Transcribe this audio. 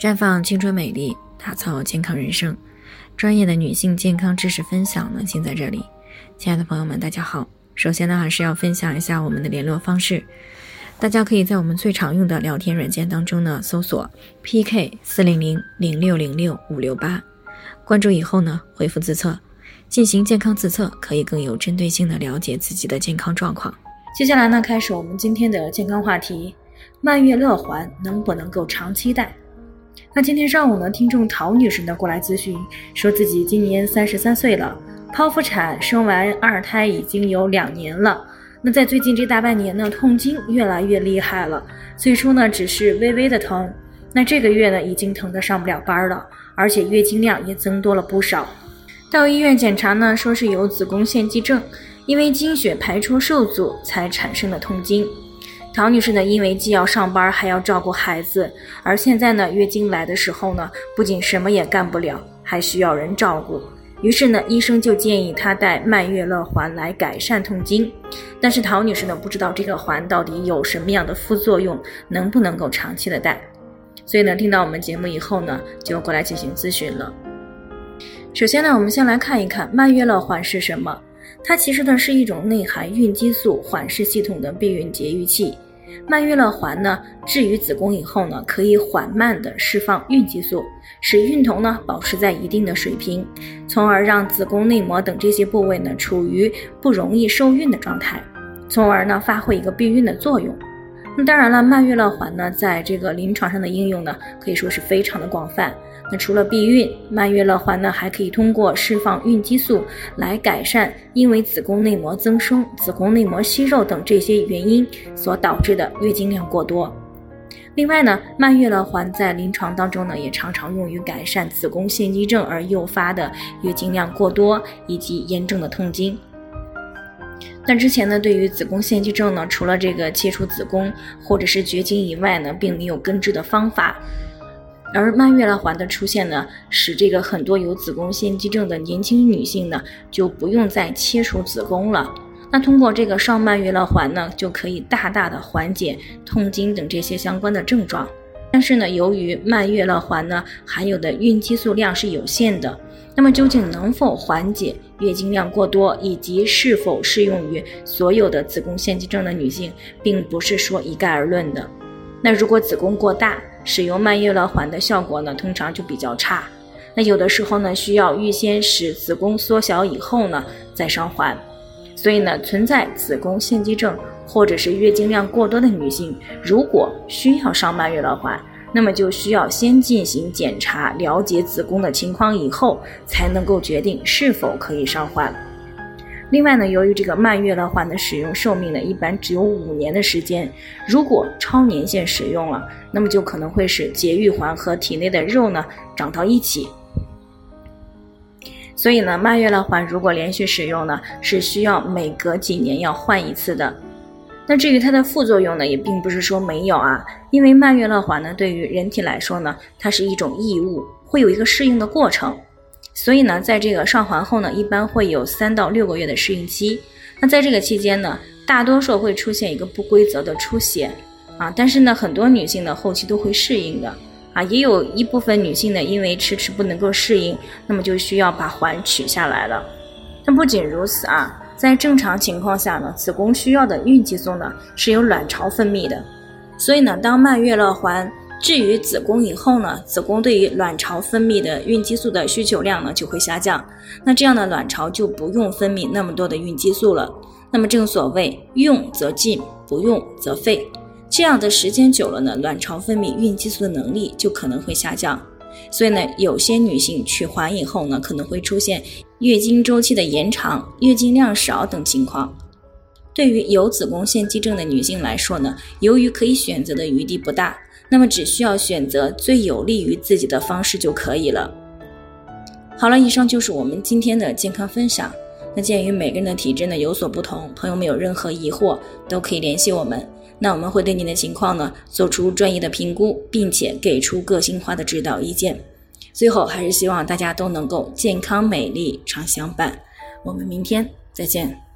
绽放青春美丽，打造健康人生。专业的女性健康知识分享呢，尽在这里。亲爱的朋友们，大家好。首先呢，还是要分享一下我们的联络方式。大家可以在我们最常用的聊天软件当中呢，搜索 PK400060658，关注以后呢，回复自测，进行健康自测，可以更有针对性的了解自己的健康状况。接下来呢，开始我们今天的健康话题：蔓越乐环能不能够长期戴？那今天上午呢，听众陶女士呢过来咨询，说自己今年33岁了，剖腹产生完2胎已经有2年了。那在最近这大半年呢，痛经越来越厉害了，最初呢只是微微的疼，那这个月呢已经疼得上不了班了，而且月经量也增多了不少。到医院检查呢，说是有子宫腺肌症，因为经血排出受阻才产生的痛经。陶女士呢，因为既要上班还要照顾孩子，而现在呢月经来的时候呢，不仅什么也干不了，还需要人照顾。于是呢，医生就建议她戴蔓越乐环来改善痛经。但是陶女士呢，不知道这个环到底有什么样的副作用，能不能够长期的戴。所以呢，听到我们节目以后呢，就过来进行咨询了。首先呢，我们先来看一看蔓越乐环是什么。它其实呢是一种内含孕激素缓释系统的避孕节育器。蔓越乐环呢置于子宫以后呢，可以缓慢地释放孕激素，使孕酮呢保持在一定的水平，从而让子宫内膜等这些部位呢处于不容易受孕的状态，从而呢发挥一个避孕的作用。那当然了，蔓越乐环呢在这个临床上的应用呢可以说是非常的广泛。那除了避孕，蔓越乐环呢还可以通过释放孕激素来改善因为子宫内膜增生、子宫内膜息肉等这些原因所导致的月经量过多。另外呢，蔓越乐环在临床当中呢也常常用于改善子宫腺肌症而诱发的月经量过多以及严重的痛经。那之前呢，对于子宫腺肌症呢，除了这个切除子宫或者是绝经以外呢，并没有根治的方法。而蔓越乐环的出现呢，使这个很多有子宫腺肌症的年轻女性呢，就不用再切除子宫了。那通过这个上蔓越乐环呢，就可以大大的缓解痛经等这些相关的症状。但是呢，由于蔓越乐环呢含有的孕激素量是有限的，那么究竟能否缓解月经量过多，以及是否适用于所有的子宫腺肌症的女性，并不是说一概而论的。那如果子宫过大，使用蔓越乐环的效果呢，通常就比较差。那有的时候呢，需要预先使子宫缩小以后呢，再上环。所以呢，存在子宫腺肌症或者是月经量过多的女性，如果需要上蔓越乐环，那么就需要先进行检查，了解子宫的情况以后，才能够决定是否可以上环。另外呢，由于这个蔓越乐环的使用寿命呢，一般只有5年的时间，如果超年限使用了，那么就可能会使节育环和体内的肉呢长到一起。所以呢，蔓越乐环如果连续使用呢，是需要每隔几年要换一次的。那至于它的副作用呢，也并不是说没有啊，因为蔓越乐环呢，对于人体来说呢，它是一种异物，会有一个适应的过程。所以呢，在这个上环后呢，一般会有3到6个月的适应期。那在这个期间呢，大多数会出现一个不规则的出血啊，但是呢，很多女性呢后期都会适应的啊，也有一部分女性呢，因为迟迟不能够适应，那么就需要把环取下来了。但不仅如此啊，在正常情况下呢，子宫需要的孕激素呢是由卵巢分泌的，所以呢，当蔓越乐环置于子宫以后呢，子宫对于卵巢分泌的孕激素的需求量呢就会下降，那这样的卵巢就不用分泌那么多的孕激素了。那么正所谓用则进，不用则废，这样的时间久了呢，卵巢分泌孕激素的能力就可能会下降。所以呢，有些女性取环以后呢，可能会出现月经周期的延长、月经量少等情况。对于有子宫腺肌症的女性来说呢，由于可以选择的余地不大，那么只需要选择最有利于自己的方式就可以了。好了，以上就是我们今天的健康分享。那鉴于每个人的体质呢有所不同，朋友们有任何疑惑都可以联系我们，那我们会对您的情况呢做出专业的评估，并且给出个性化的指导意见。最后还是希望大家都能够健康美丽常相伴。我们明天再见。